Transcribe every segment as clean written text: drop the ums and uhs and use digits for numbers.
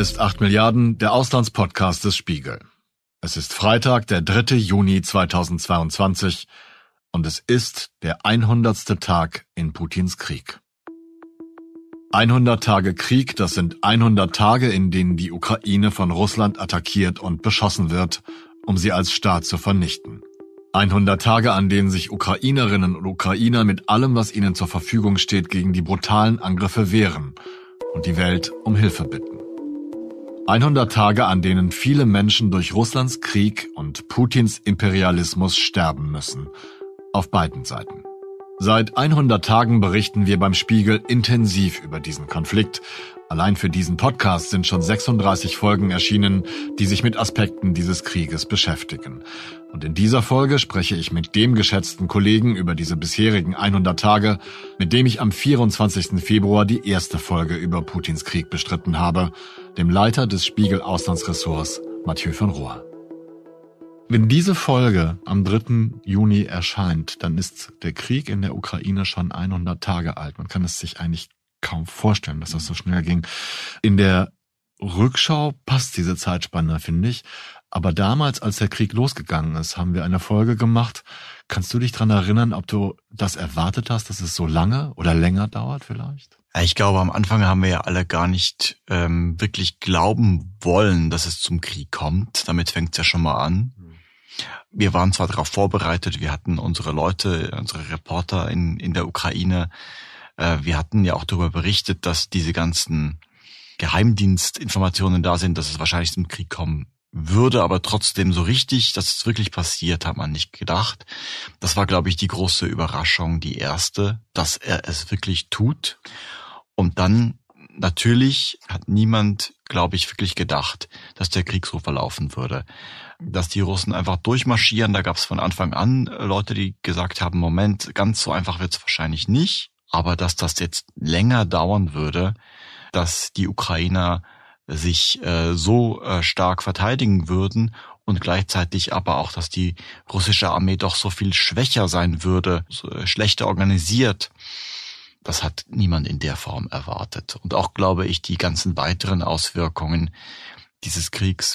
ist 8 Milliarden, der Auslandspodcast des Spiegel. Es ist Freitag, der 3. Juni 2022 und es ist der 100. Tag in Putins Krieg. 100 Tage Krieg, das sind 100 Tage, in denen die Ukraine von Russland attackiert und beschossen wird, um sie als Staat zu vernichten. 100 Tage, an denen sich Ukrainerinnen und Ukrainer mit allem, was ihnen zur Verfügung steht, gegen die brutalen Angriffe wehren und die Welt um Hilfe bitten. 100 Tage, an denen viele Menschen durch Russlands Krieg und Putins Imperialismus sterben müssen. Auf beiden Seiten. Seit 100 Tagen berichten wir beim Spiegel intensiv über diesen Konflikt. Allein für diesen Podcast sind schon 36 Folgen erschienen, die sich mit Aspekten dieses Krieges beschäftigen. Und in dieser Folge spreche ich mit dem geschätzten Kollegen über diese bisherigen 100 Tage, mit dem ich am 24. Februar die erste Folge über Putins Krieg bestritten habe, dem Leiter des Spiegel-Auslandsressorts, Mathieu von Rohr. Wenn diese Folge am 3. Juni erscheint, dann ist der Krieg in der Ukraine schon 100 Tage alt. Man kann es sich eigentlich kaum vorstellen, dass das so schnell ging. In der Rückschau passt diese Zeitspanne, finde ich. Aber damals, als der Krieg losgegangen ist, haben wir eine Folge gemacht. Kannst du dich daran erinnern, ob du das erwartet hast, dass es so lange oder länger dauert vielleicht? Ich glaube, am Anfang haben wir ja alle gar nicht wirklich glauben wollen, dass es zum Krieg kommt. Damit fängt es ja schon mal an. Wir waren zwar darauf vorbereitet, wir hatten unsere Leute, unsere Reporter in der Ukraine. Wir hatten ja auch darüber berichtet, dass diese ganzen Geheimdienstinformationen da sind, dass es wahrscheinlich zum Krieg kommen würde, aber trotzdem so richtig, dass es wirklich passiert, hat man nicht gedacht. Das war, glaube ich, die große Überraschung, die erste, dass er es wirklich tut. Und dann natürlich hat niemand, glaube ich, wirklich gedacht, dass der Krieg so verlaufen würde. Dass die Russen einfach durchmarschieren, da gab es von Anfang an Leute, die gesagt haben, Moment, ganz so einfach wird es wahrscheinlich nicht. Aber dass das jetzt länger dauern würde, dass die Ukrainer sich so stark verteidigen würden und gleichzeitig aber auch, dass die russische Armee doch so viel schwächer sein würde, so schlechter organisiert, das hat niemand in der Form erwartet. Und auch, glaube ich, die ganzen weiteren Auswirkungen dieses Kriegs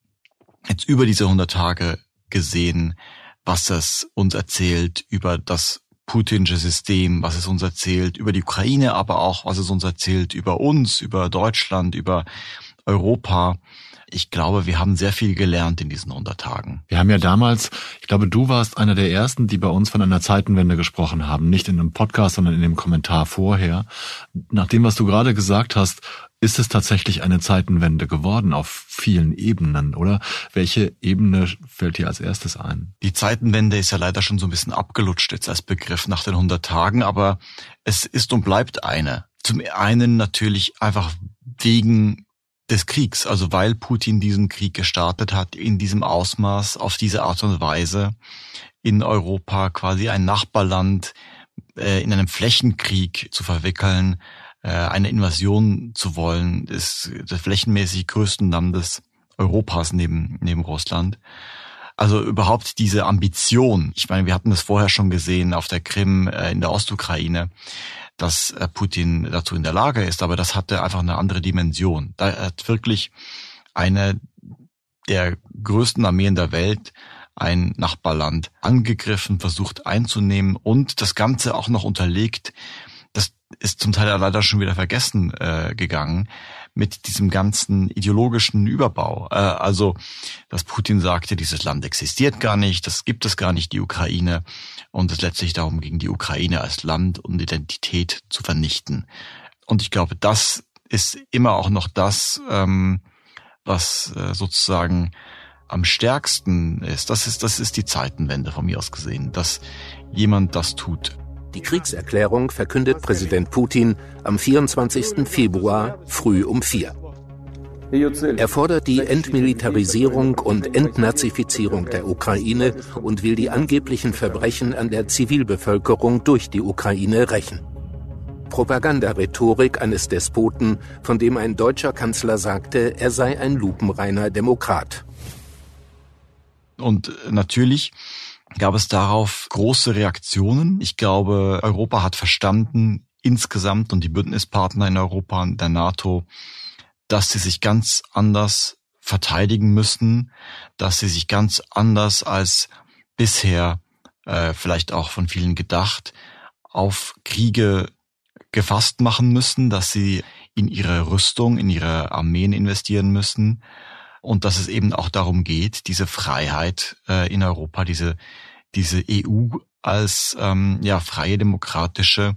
jetzt über diese 100 Tage gesehen, was es uns erzählt über das putinsche System, was es uns erzählt über die Ukraine, aber auch was es uns erzählt über uns, über Deutschland, über Europa. Ich glaube, wir haben sehr viel gelernt in diesen 100 Tagen. Wir haben ja damals, ich glaube, du warst einer der Ersten, die bei uns von einer Zeitenwende gesprochen haben. Nicht in einem Podcast, sondern in dem Kommentar vorher. Nach dem, was du gerade gesagt hast, ist es tatsächlich eine Zeitenwende geworden auf vielen Ebenen, oder? Welche Ebene fällt dir als erstes ein? Die Zeitenwende ist ja leider schon so ein bisschen abgelutscht jetzt als Begriff nach den 100 Tagen, aber es ist und bleibt eine. Zum einen natürlich einfach wegen des Kriegs, also weil Putin diesen Krieg gestartet hat, in diesem Ausmaß, auf diese Art und Weise, in Europa quasi ein Nachbarland in einem Flächenkrieg zu verwickeln, eine Invasion zu wollen, des flächenmäßig größten Landes Europas neben Russland. Also überhaupt diese Ambition. Ich meine, wir hatten das vorher schon gesehen auf der Krim, in der Ostukraine, dass Putin dazu in der Lage ist, aber das hatte einfach eine andere Dimension. Da hat wirklich eine der größten Armeen der Welt ein Nachbarland angegriffen, versucht einzunehmen und das Ganze auch noch unterlegt. Das ist zum Teil leider schon wieder vergessen gegangen mit diesem ganzen ideologischen Überbau. Also, dass Putin sagte, dieses Land existiert gar nicht, das gibt es gar nicht, die Ukraine. Und es letztlich darum ging, die Ukraine als Land und Identität zu vernichten. Und ich glaube, das ist immer auch noch das, was sozusagen am stärksten ist. Das ist die Zeitenwende von mir aus gesehen, dass jemand das tut. Die Kriegserklärung verkündet Präsident Putin am 24. Februar früh um 4. Er fordert die Entmilitarisierung und Entnazifizierung der Ukraine und will die angeblichen Verbrechen an der Zivilbevölkerung durch die Ukraine rächen. Propagandarhetorik eines Despoten, von dem ein deutscher Kanzler sagte, er sei ein lupenreiner Demokrat. Und natürlich gab es darauf große Reaktionen. Ich glaube, Europa hat verstanden insgesamt und die Bündnispartner in Europa und der NATO, dass sie sich ganz anders verteidigen müssen, dass sie sich ganz anders als bisher, vielleicht auch von vielen gedacht, auf Kriege gefasst machen müssen, dass sie in ihre Rüstung, in ihre Armeen investieren müssen und dass es eben auch darum geht, diese Freiheit in Europa, diese EU als freies demokratisches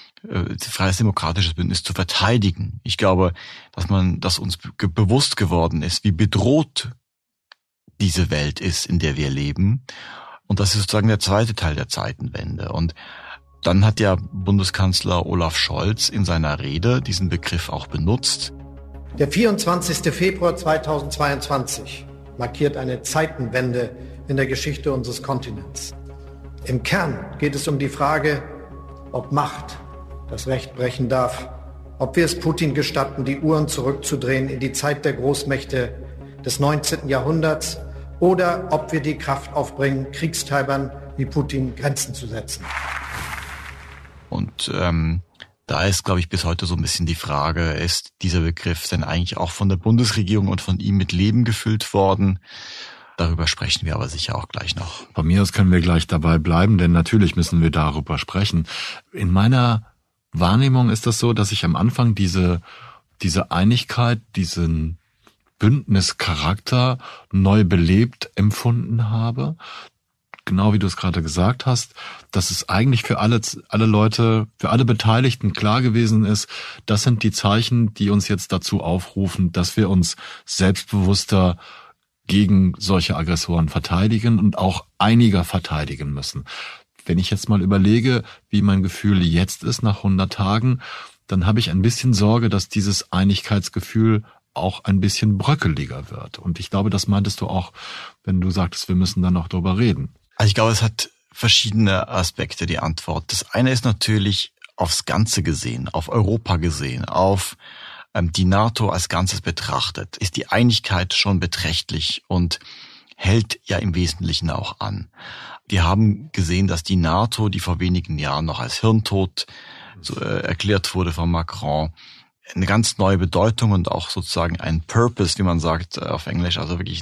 Bündnis zu verteidigen. Ich glaube, dass uns bewusst geworden ist, wie bedroht diese Welt ist, in der wir leben. Und das ist sozusagen der zweite Teil der Zeitenwende. Und dann hat ja Bundeskanzler Olaf Scholz in seiner Rede diesen Begriff auch benutzt. Der 24. Februar 2022 markiert eine Zeitenwende in der Geschichte unseres Kontinents. Im Kern geht es um die Frage, ob Macht das Recht brechen darf, ob wir es Putin gestatten, die Uhren zurückzudrehen in die Zeit der Großmächte des 19. Jahrhunderts oder ob wir die Kraft aufbringen, Kriegstreibern wie Putin Grenzen zu setzen. Und da ist, glaube ich, bis heute so ein bisschen die Frage, ist dieser Begriff denn eigentlich auch von der Bundesregierung und von ihm mit Leben gefüllt worden? Darüber sprechen wir aber sicher auch gleich noch. Von mir aus können wir gleich dabei bleiben, denn natürlich müssen wir darüber sprechen. In meiner Wahrnehmung ist das so, dass ich am Anfang diese Einigkeit, diesen Bündnischarakter neu belebt empfunden habe. Genau wie du es gerade gesagt hast, dass es eigentlich für alle Leute, für alle Beteiligten klar gewesen ist, das sind die Zeichen, die uns jetzt dazu aufrufen, dass wir uns selbstbewusster gegen solche Aggressoren verteidigen und auch einiger verteidigen müssen. Wenn ich jetzt mal überlege, wie mein Gefühl jetzt ist nach 100 Tagen, dann habe ich ein bisschen Sorge, dass dieses Einigkeitsgefühl auch ein bisschen bröckeliger wird. Und ich glaube, das meintest du auch, wenn du sagtest, wir müssen dann noch drüber reden. Also ich glaube, es hat verschiedene Aspekte, die Antwort. Das eine ist natürlich aufs Ganze gesehen, auf Europa gesehen, auf die NATO als Ganzes betrachtet, ist die Einigkeit schon beträchtlich und hält ja im Wesentlichen auch an. Wir haben gesehen, dass die NATO, die vor wenigen Jahren noch als Hirntod erklärt wurde von Macron, eine ganz neue Bedeutung und auch sozusagen ein Purpose, wie man sagt auf Englisch, also wirklich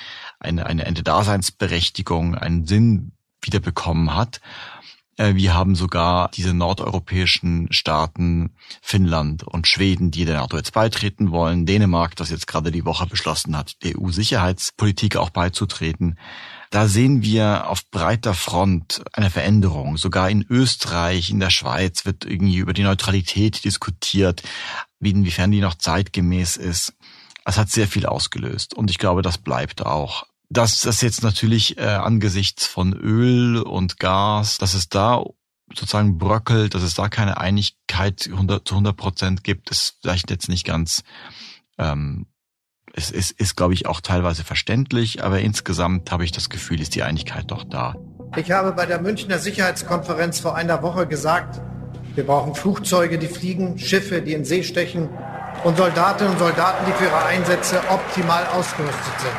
eine Daseinsberechtigung, einen Sinn wiederbekommen hat. Wir haben sogar diese nordeuropäischen Staaten, Finnland und Schweden, die der NATO jetzt beitreten wollen. Dänemark, das jetzt gerade die Woche beschlossen hat, der EU-Sicherheitspolitik auch beizutreten. Da sehen wir auf breiter Front eine Veränderung. Sogar in Österreich, in der Schweiz wird irgendwie über die Neutralität diskutiert, inwiefern die noch zeitgemäß ist. Es hat sehr viel ausgelöst und ich glaube, das bleibt auch. Dass das jetzt natürlich angesichts von Öl und Gas, dass es da sozusagen bröckelt, dass es da keine Einigkeit zu 100% gibt, ist vielleicht jetzt nicht ganz, es ist, glaube ich, auch teilweise verständlich, aber insgesamt habe ich das Gefühl, ist die Einigkeit doch da. Ich habe bei der Münchner Sicherheitskonferenz vor einer Woche gesagt, wir brauchen Flugzeuge, die fliegen, Schiffe, die in See stechen und Soldatinnen und Soldaten, die für ihre Einsätze optimal ausgerüstet sind.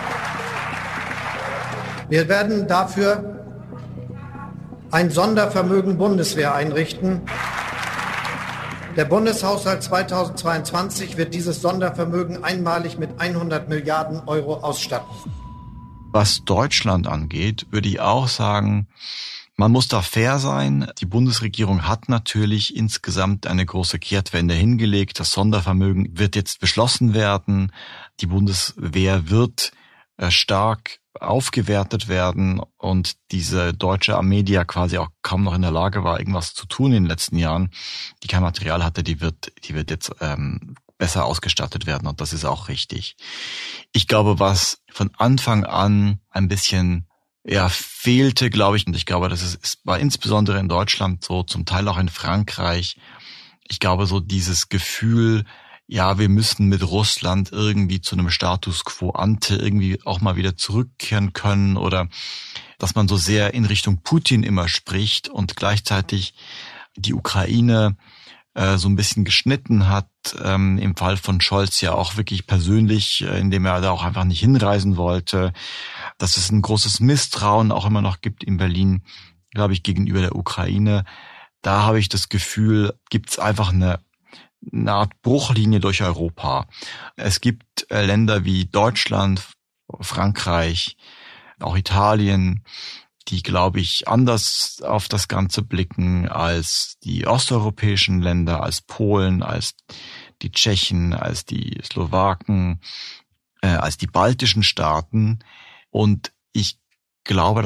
Wir werden dafür ein Sondervermögen Bundeswehr einrichten. Der Bundeshaushalt 2022 wird dieses Sondervermögen einmalig mit 100 Milliarden Euro ausstatten. Was Deutschland angeht, würde ich auch sagen, man muss da fair sein. Die Bundesregierung hat natürlich insgesamt eine große Kehrtwende hingelegt. Das Sondervermögen wird jetzt beschlossen werden. Die Bundeswehr wird stark aufgewertet werden und diese deutsche Armee, die ja quasi auch kaum noch in der Lage war, irgendwas zu tun in den letzten Jahren, die kein Material hatte, die wird jetzt besser ausgestattet werden und das ist auch richtig. Ich glaube, was von Anfang an ein bisschen fehlte, glaube ich, und ich glaube, war insbesondere in Deutschland so, zum Teil auch in Frankreich, ich glaube, so dieses Gefühl, ja, wir müssen mit Russland irgendwie zu einem Status quo ante irgendwie auch mal wieder zurückkehren können oder dass man so sehr in Richtung Putin immer spricht und gleichzeitig die Ukraine so ein bisschen geschnitten hat, im Fall von Scholz ja auch wirklich persönlich, indem er da auch einfach nicht hinreisen wollte, dass es ein großes Misstrauen auch immer noch gibt in Berlin, glaube ich, gegenüber der Ukraine. Da habe ich das Gefühl, gibt es einfach eine eine Art Bruchlinie durch Europa. Es gibt Länder wie Deutschland, Frankreich, auch Italien, die, glaube ich, anders auf das Ganze blicken als die osteuropäischen Länder, als Polen, als die Tschechen, als die Slowaken, als die baltischen Staaten. Und ich glaube,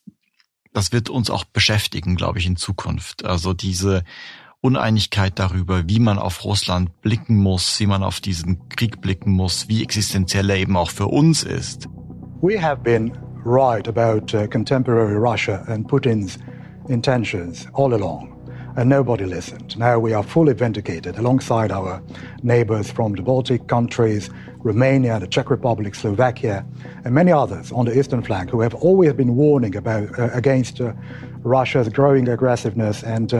das wird uns auch beschäftigen, glaube ich, in Zukunft. Also diese Uneinigkeit darüber, wie man auf Russland blicken muss, wie man auf diesen Krieg blicken muss, wie existenziell er eben auch für uns ist. We have been right about contemporary Russia and Putin's intentions all along, and nobody listened. Now we are fully vindicated alongside our neighbors from the Baltic countries, Romania, the Czech Republic, Slovakia, and many others on the eastern flank who have always been warning against Russia's growing aggressiveness and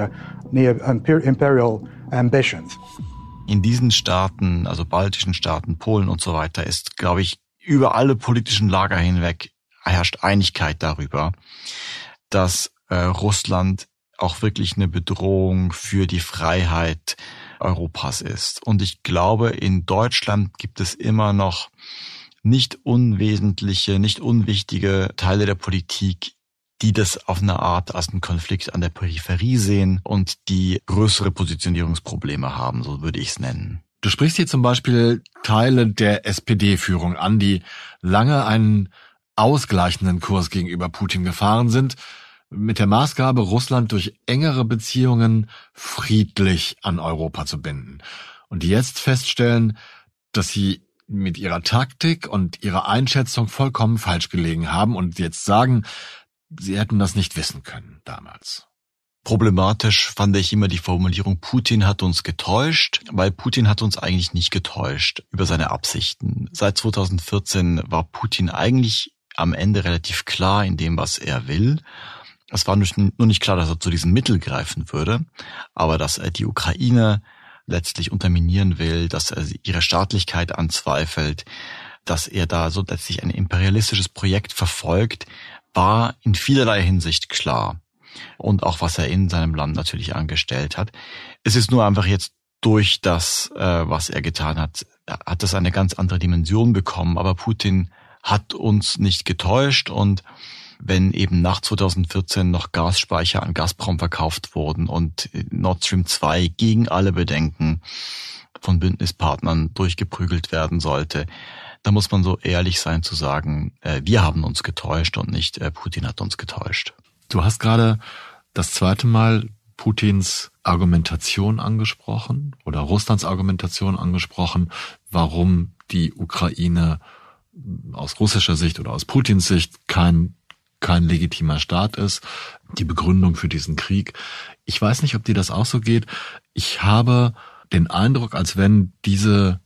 imperial ambitions. In diesen Staaten, also baltischen Staaten, Polen und so weiter, ist, glaube ich, über alle politischen Lager hinweg herrscht Einigkeit darüber, dass Russland auch wirklich eine Bedrohung für die Freiheit Europas ist. Und ich glaube, in Deutschland gibt es immer noch nicht unwesentliche, nicht unwichtige Teile der Politik, die das auf eine Art als einen Konflikt an der Peripherie sehen und die größere Positionierungsprobleme haben, so würde ich es nennen. Du sprichst hier zum Beispiel Teile der SPD-Führung an, die lange einen ausgleichenden Kurs gegenüber Putin gefahren sind, mit der Maßgabe, Russland durch engere Beziehungen friedlich an Europa zu binden. Und die jetzt feststellen, dass sie mit ihrer Taktik und ihrer Einschätzung vollkommen falsch gelegen haben und jetzt sagen, sie hätten das nicht wissen können damals. Problematisch fand ich immer die Formulierung, Putin hat uns getäuscht, weil Putin hat uns eigentlich nicht getäuscht über seine Absichten. Seit 2014 war Putin eigentlich am Ende relativ klar in dem, was er will. Es war nur nicht klar, dass er zu diesem Mittel greifen würde, aber dass er die Ukraine letztlich unterminieren will, dass er ihre Staatlichkeit anzweifelt, dass er da so letztlich ein imperialistisches Projekt verfolgt, war in vielerlei Hinsicht klar. Und auch was er in seinem Land natürlich angestellt hat. Es ist nur einfach jetzt durch das, was er getan hat, hat das eine ganz andere Dimension bekommen. Aber Putin hat uns nicht getäuscht und wenn eben nach 2014 noch Gasspeicher an Gazprom verkauft wurden und Nord Stream 2 gegen alle Bedenken von Bündnispartnern durchgeprügelt werden sollte, da muss man so ehrlich sein zu sagen, wir haben uns getäuscht und nicht Putin hat uns getäuscht. Du hast gerade das zweite Mal Putins Argumentation angesprochen oder Russlands Argumentation angesprochen, warum die Ukraine aus russischer Sicht oder aus Putins Sicht kein legitimer Staat ist, die Begründung für diesen Krieg. Ich weiß nicht, ob dir das auch so geht. Ich habe den Eindruck, als wenn diese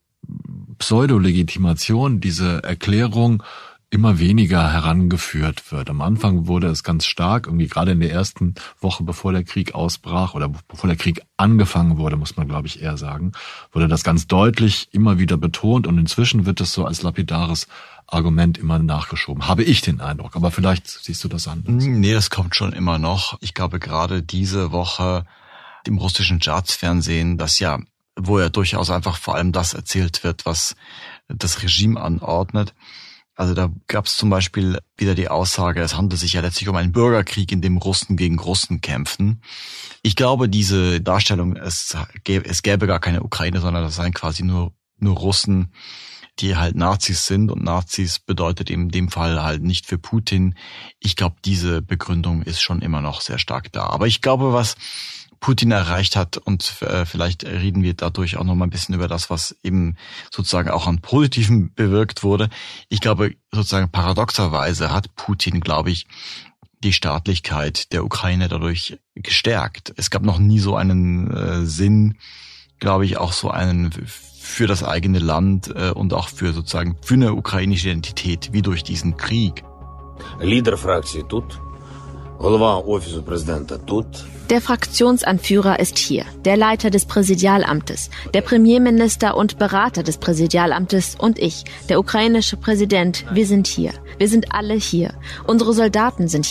Pseudo-Legitimation, diese Erklärung immer weniger herangeführt wird. Am Anfang wurde es ganz stark, irgendwie gerade in der ersten Woche, bevor der Krieg ausbrach oder bevor der Krieg angefangen wurde, muss man glaube ich eher sagen, wurde das ganz deutlich immer wieder betont und inzwischen wird es so als lapidares Argument immer nachgeschoben. Habe ich den Eindruck, aber vielleicht siehst du das anders. Nee, das kommt schon immer noch. Ich glaube gerade diese Woche im russischen Staatsfernsehen, wo ja durchaus einfach vor allem das erzählt wird, was das Regime anordnet. Also da gab es zum Beispiel wieder die Aussage, es handelt sich ja letztlich um einen Bürgerkrieg, in dem Russen gegen Russen kämpfen. Ich glaube, diese Darstellung, es gäbe gar keine Ukraine, sondern das seien quasi nur Russen, die halt Nazis sind und Nazis bedeutet in dem Fall halt nicht für Putin. Ich glaube, diese Begründung ist schon immer noch sehr stark da. Aber ich glaube, was Putin erreicht hat und vielleicht reden wir dadurch auch noch mal ein bisschen über das, was eben sozusagen auch an Positiven bewirkt wurde. Ich glaube, sozusagen paradoxerweise hat Putin, glaube ich, die Staatlichkeit der Ukraine dadurch gestärkt. Es gab noch nie so einen Sinn, glaube ich, auch so einen für das eigene Land und auch für sozusagen für eine ukrainische Identität wie durch diesen Krieg. Лідер фракції тут, голова Офісу президента тут. Der Fraktionsanführer ist hier, der Leiter des Präsidialamtes, der Premierminister und Berater des Präsidialamtes und ich, der ukrainische Präsident, wir sind hier. Wir sind alle hier. Unsere Soldaten sind hier.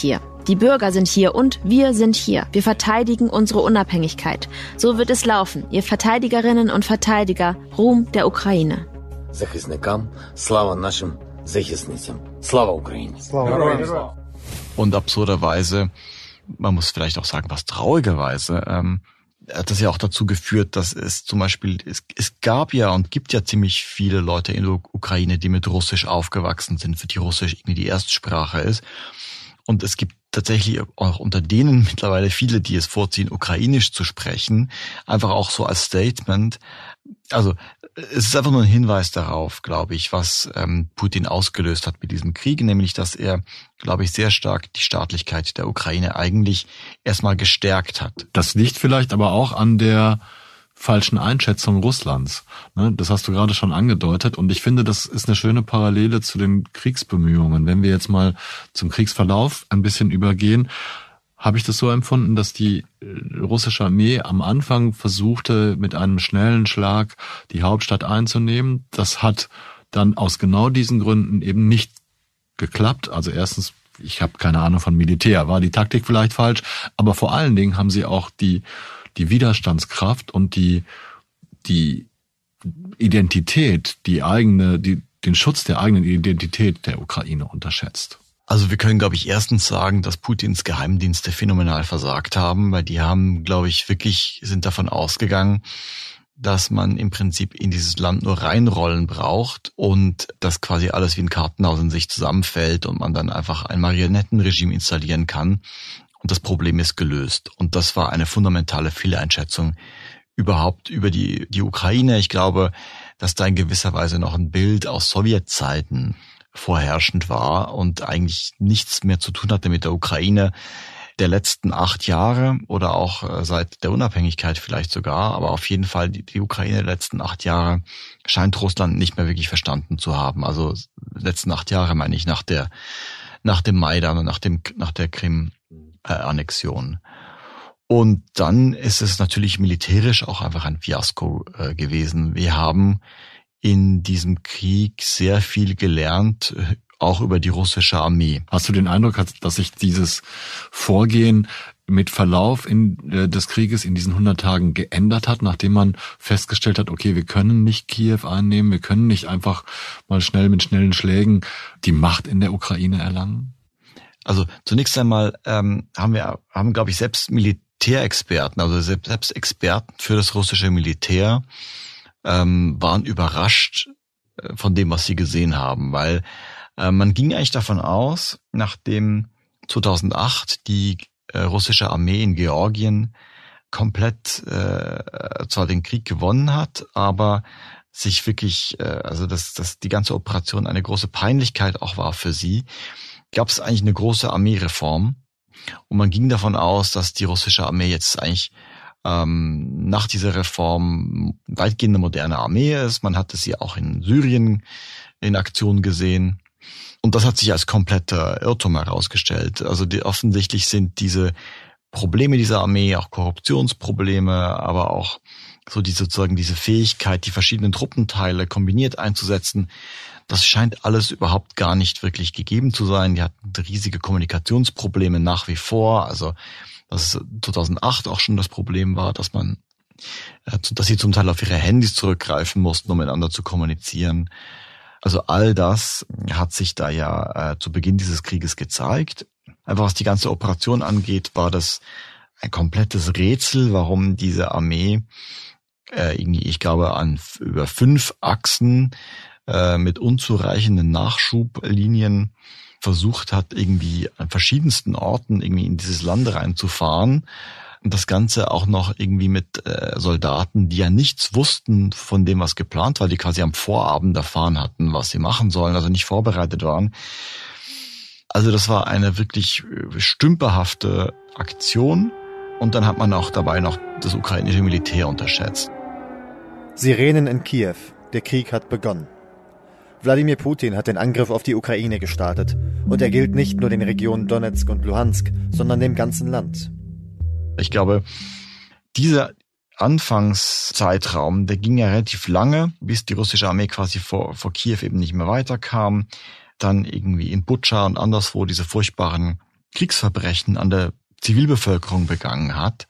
Die Bürger sind hier und wir sind hier. Wir verteidigen unsere Unabhängigkeit. So wird es laufen. Ihr Verteidigerinnen und Verteidiger, Ruhm der Ukraine. Захисникам, слава нашим захисницям. Слава Україні. Und absurderweise, man muss vielleicht auch sagen, was traurigerweise, hat das ja auch dazu geführt, dass es zum Beispiel, es gab ja und gibt ja ziemlich viele Leute in der Ukraine, die mit Russisch aufgewachsen sind, für die Russisch irgendwie die Erstsprache ist. Und es gibt tatsächlich auch unter denen mittlerweile viele, die es vorziehen, Ukrainisch zu sprechen. Einfach auch so als Statement. Also es ist einfach nur ein Hinweis darauf, glaube ich, was Putin ausgelöst hat mit diesem Krieg, nämlich dass er, glaube ich, sehr stark die Staatlichkeit der Ukraine eigentlich erstmal gestärkt hat. Das liegt vielleicht aber auch an der falschen Einschätzung Russlands. Das hast du gerade schon angedeutet und ich finde, das ist eine schöne Parallele zu den Kriegsbemühungen. Wenn wir jetzt mal zum Kriegsverlauf ein bisschen übergehen, habe ich das so empfunden, dass die russische Armee am Anfang versuchte, mit einem schnellen Schlag die Hauptstadt einzunehmen. Das hat dann aus genau diesen Gründen eben nicht geklappt. Also erstens, ich habe keine Ahnung von Militär, war die Taktik vielleicht falsch, aber vor allen Dingen haben sie auch die Widerstandskraft und die Identität, den Schutz der eigenen Identität der Ukraine unterschätzt. Also wir können, glaube ich, erstens sagen, dass Putins Geheimdienste phänomenal versagt haben, weil die haben, glaube ich, sind davon ausgegangen, dass man im Prinzip in dieses Land nur reinrollen braucht und dass quasi alles wie ein Kartenhaus in sich zusammenfällt und man dann einfach ein Marionettenregime installieren kann. Und das Problem ist gelöst. Und das war eine fundamentale Fehleinschätzung überhaupt über die Ukraine. Ich glaube, dass da in gewisser Weise noch ein Bild aus Sowjetzeiten vorherrschend war und eigentlich nichts mehr zu tun hatte mit der Ukraine der letzten 8 Jahre oder auch seit der Unabhängigkeit vielleicht sogar. Aber auf jeden Fall die Ukraine der letzten 8 Jahre scheint Russland nicht mehr wirklich verstanden zu haben. Also letzten 8 Jahre meine ich nach dem Maidan und nach der Krim-Annexion. Und dann ist es natürlich militärisch auch einfach ein Fiasko gewesen. Wir haben in diesem Krieg sehr viel gelernt, auch über die russische Armee. Hast du den Eindruck, dass sich dieses Vorgehen mit Verlauf des Krieges in diesen 100 Tagen geändert hat, nachdem man festgestellt hat, okay, wir können nicht Kiew einnehmen, wir können nicht einfach mal schnell mit schnellen Schlägen die Macht in der Ukraine erlangen? Also zunächst einmal haben glaube ich, selbst Militärexperten, also selbst Experten für das russische Militär, waren überrascht von dem, was sie gesehen haben, weil man ging eigentlich davon aus, nachdem 2008 die russische Armee in Georgien komplett zwar den Krieg gewonnen hat, aber sich wirklich, also dass die ganze Operation eine große Peinlichkeit auch war für sie, gab es eigentlich eine große Armeereform und man ging davon aus, dass die russische Armee jetzt eigentlich nach dieser Reform weitgehend eine moderne Armee ist. Man hatte sie auch in Syrien in Aktion gesehen. Und das hat sich als kompletter Irrtum herausgestellt. Also offensichtlich sind diese Probleme dieser Armee, auch Korruptionsprobleme, aber auch so diese Fähigkeit, die verschiedenen Truppenteile kombiniert einzusetzen, das scheint alles überhaupt gar nicht wirklich gegeben zu sein. Die hatten riesige Kommunikationsprobleme nach wie vor. Also dass 2008 auch schon das Problem war, dass sie zum Teil auf ihre Handys zurückgreifen mussten, um miteinander zu kommunizieren. Also all das hat sich da ja zu Beginn dieses Krieges gezeigt. Einfach was die ganze Operation angeht, war das ein komplettes Rätsel, warum diese Armee irgendwie, ich glaube, über 5 Achsen mit unzureichenden Nachschublinien versucht hat, irgendwie an verschiedensten Orten irgendwie in dieses Land reinzufahren. Und das Ganze auch noch irgendwie mit Soldaten, die ja nichts wussten von dem, was geplant war, die quasi am Vorabend erfahren hatten, was sie machen sollen, also nicht vorbereitet waren. Also das war eine wirklich stümperhafte Aktion. Und dann hat man auch dabei noch das ukrainische Militär unterschätzt. Sirenen in Kiew. Der Krieg hat begonnen. Wladimir Putin hat den Angriff auf die Ukraine gestartet. Und er gilt nicht nur den Regionen Donetsk und Luhansk, sondern dem ganzen Land. Ich glaube, dieser Anfangszeitraum, der ging ja relativ lange, bis die russische Armee quasi vor Kiew eben nicht mehr weiterkam. Dann irgendwie in Butscha und anderswo diese furchtbaren Kriegsverbrechen an der Zivilbevölkerung begangen hat,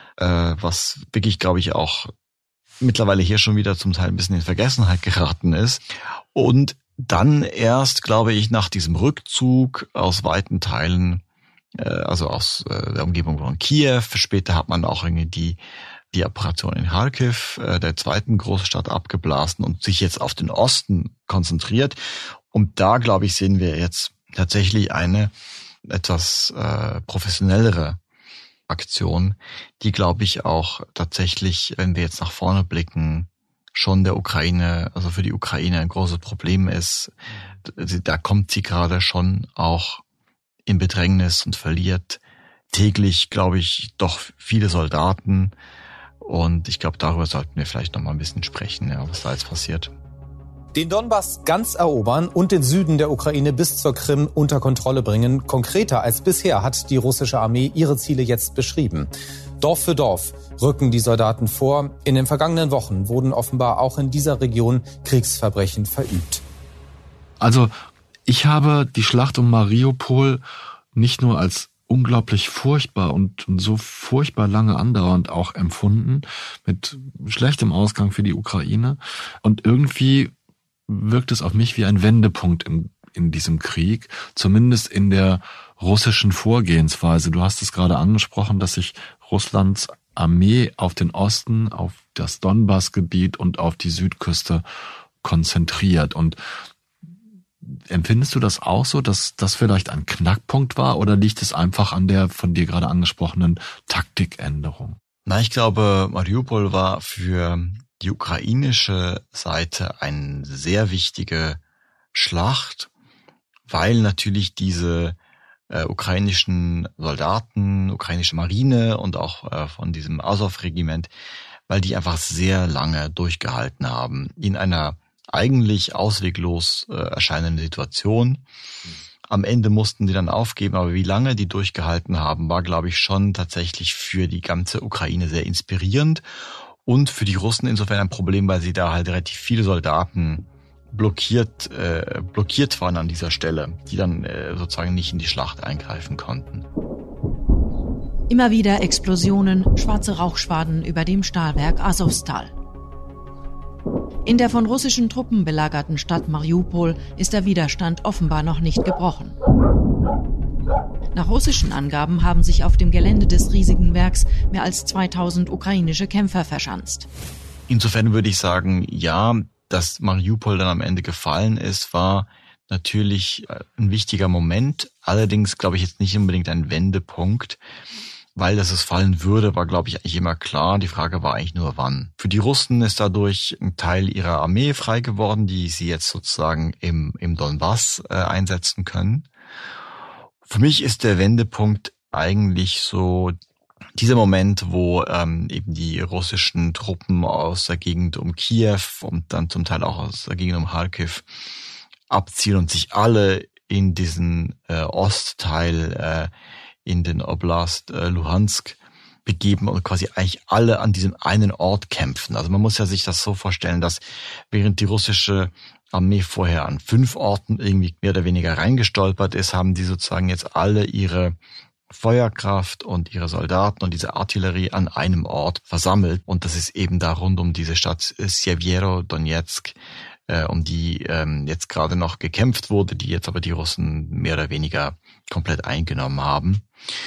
was wirklich, glaube ich, auch mittlerweile hier schon wieder zum Teil ein bisschen in Vergessenheit geraten ist. Und dann erst, glaube ich, nach diesem Rückzug aus weiten Teilen, also aus der Umgebung von Kiew, später hat man auch irgendwie die Operation in Kharkiv, der zweiten Großstadt, abgeblasen und sich jetzt auf den Osten konzentriert. Und da, glaube ich, sehen wir jetzt tatsächlich eine etwas professionellere Aktion, die, glaube ich, auch tatsächlich, wenn wir jetzt nach vorne blicken, schon der Ukraine, also für die Ukraine ein großes Problem ist. Da kommt sie gerade schon auch in Bedrängnis und verliert täglich, glaube ich, doch viele Soldaten. Und ich glaube, darüber sollten wir vielleicht noch mal ein bisschen sprechen, ja, was da jetzt passiert. Den Donbass ganz erobern und den Süden der Ukraine bis zur Krim unter Kontrolle bringen. Konkreter als bisher hat die russische Armee ihre Ziele jetzt beschrieben. Dorf für Dorf rücken die Soldaten vor. In den vergangenen Wochen wurden offenbar auch in dieser Region Kriegsverbrechen verübt. Also, ich habe die Schlacht um Mariupol nicht nur als unglaublich furchtbar und so furchtbar lange andauernd auch empfunden, mit schlechtem Ausgang für die Ukraine. Und irgendwie wirkt es auf mich wie ein Wendepunkt in diesem Krieg, zumindest in der russischen Vorgehensweise. Du hast es gerade angesprochen, dass sich Russlands Armee auf den Osten, auf das Donbassgebiet und auf die Südküste konzentriert. Und empfindest du das auch so, dass das vielleicht ein Knackpunkt war, oder liegt es einfach an der von dir gerade angesprochenen Taktikänderung? Na, ich glaube, Mariupol war für die ukrainische Seite eine sehr wichtige Schlacht, weil natürlich diese ukrainischen Soldaten, ukrainische Marine und auch von diesem Azov-Regiment, weil die einfach sehr lange durchgehalten haben in einer eigentlich ausweglos erscheinenden Situation. Am Ende mussten die dann aufgeben, aber wie lange die durchgehalten haben, war, glaube ich, schon tatsächlich für die ganze Ukraine sehr inspirierend und für die Russen insofern ein Problem, weil sie da halt relativ viele Soldaten blockiert waren an dieser Stelle, die dann sozusagen nicht in die Schlacht eingreifen konnten. Immer wieder Explosionen, schwarze Rauchschwaden über dem Stahlwerk Azovstal. In der von russischen Truppen belagerten Stadt Mariupol ist der Widerstand offenbar noch nicht gebrochen. Nach russischen Angaben haben sich auf dem Gelände des riesigen Werks mehr als 2000 ukrainische Kämpfer verschanzt. Insofern würde ich sagen, ja, dass Mariupol dann am Ende gefallen ist, war natürlich ein wichtiger Moment. Allerdings glaube ich jetzt nicht unbedingt ein Wendepunkt, weil dass es fallen würde, war, glaube ich, eigentlich immer klar. Die Frage war eigentlich nur, wann. Für die Russen ist dadurch ein Teil ihrer Armee frei geworden, die sie jetzt sozusagen im Donbass einsetzen können. Für mich ist der Wendepunkt eigentlich so dieser Moment, wo eben die russischen Truppen aus der Gegend um Kiew und dann zum Teil auch aus der Gegend um Kharkiv abziehen und sich alle in diesen Ostteil, in den Oblast Luhansk begeben und quasi eigentlich alle an diesem einen Ort kämpfen. Also man muss ja sich das so vorstellen, dass während die russische Armee vorher an 5 Orten irgendwie mehr oder weniger reingestolpert ist, haben die sozusagen jetzt alle ihre Feuerkraft und ihre Soldaten und diese Artillerie an einem Ort versammelt. Und das ist eben da rund um diese Stadt Sjeverodonezk, um die jetzt gerade noch gekämpft wurde, die jetzt aber die Russen mehr oder weniger komplett eingenommen haben.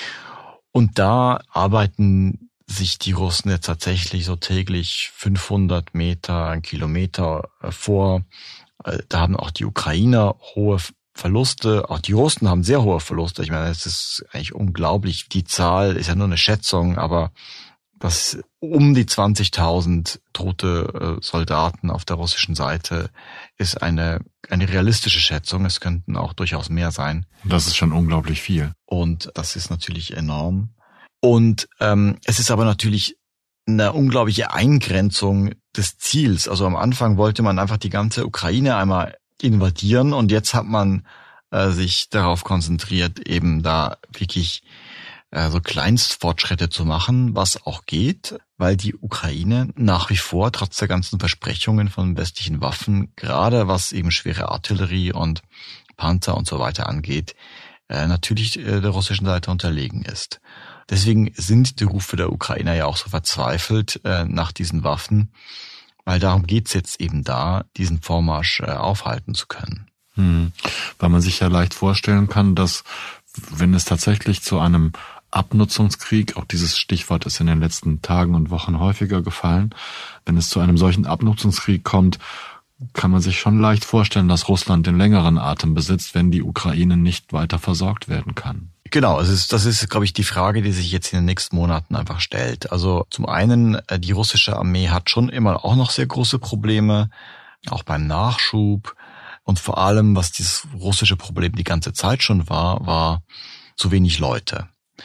Und da arbeiten sich die Russen jetzt tatsächlich so täglich 500 Meter, 1 Kilometer vor. Da haben auch die Ukrainer hohe Verluste, auch die Russen haben sehr hohe Verluste. Ich meine, es ist eigentlich unglaublich. Die Zahl ist ja nur eine Schätzung, aber das um die 20.000 tote Soldaten auf der russischen Seite ist eine realistische Schätzung. Es könnten auch durchaus mehr sein. Das ist schon unglaublich viel. Und das ist natürlich enorm. Und es ist aber natürlich eine unglaubliche Eingrenzung des Ziels. Also am Anfang wollte man einfach die ganze Ukraine einmal invadieren und jetzt hat man sich darauf konzentriert, eben da wirklich so Kleinstfortschritte zu machen, was auch geht, weil die Ukraine nach wie vor trotz der ganzen Versprechungen von westlichen Waffen, gerade was eben schwere Artillerie und Panzer und so weiter angeht, natürlich der russischen Seite unterlegen ist. Deswegen sind die Rufe der Ukrainer ja auch so verzweifelt nach diesen Waffen, weil darum geht's jetzt eben da, diesen Vormarsch aufhalten zu können. Weil man sich ja leicht vorstellen kann, dass wenn es tatsächlich zu einem Abnutzungskrieg, auch dieses Stichwort ist in den letzten Tagen und Wochen häufiger gefallen, wenn es zu einem solchen Abnutzungskrieg kommt, kann man sich schon leicht vorstellen, dass Russland den längeren Atem besitzt, wenn die Ukraine nicht weiter versorgt werden kann. Genau, das ist, glaube ich, die Frage, die sich jetzt in den nächsten Monaten einfach stellt. Also zum einen, die russische Armee hat schon immer auch noch sehr große Probleme, auch beim Nachschub. Und vor allem, was dieses russische Problem die ganze Zeit schon war zu wenig Leute.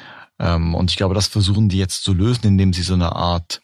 Und ich glaube, das versuchen die jetzt zu lösen, indem sie so eine Art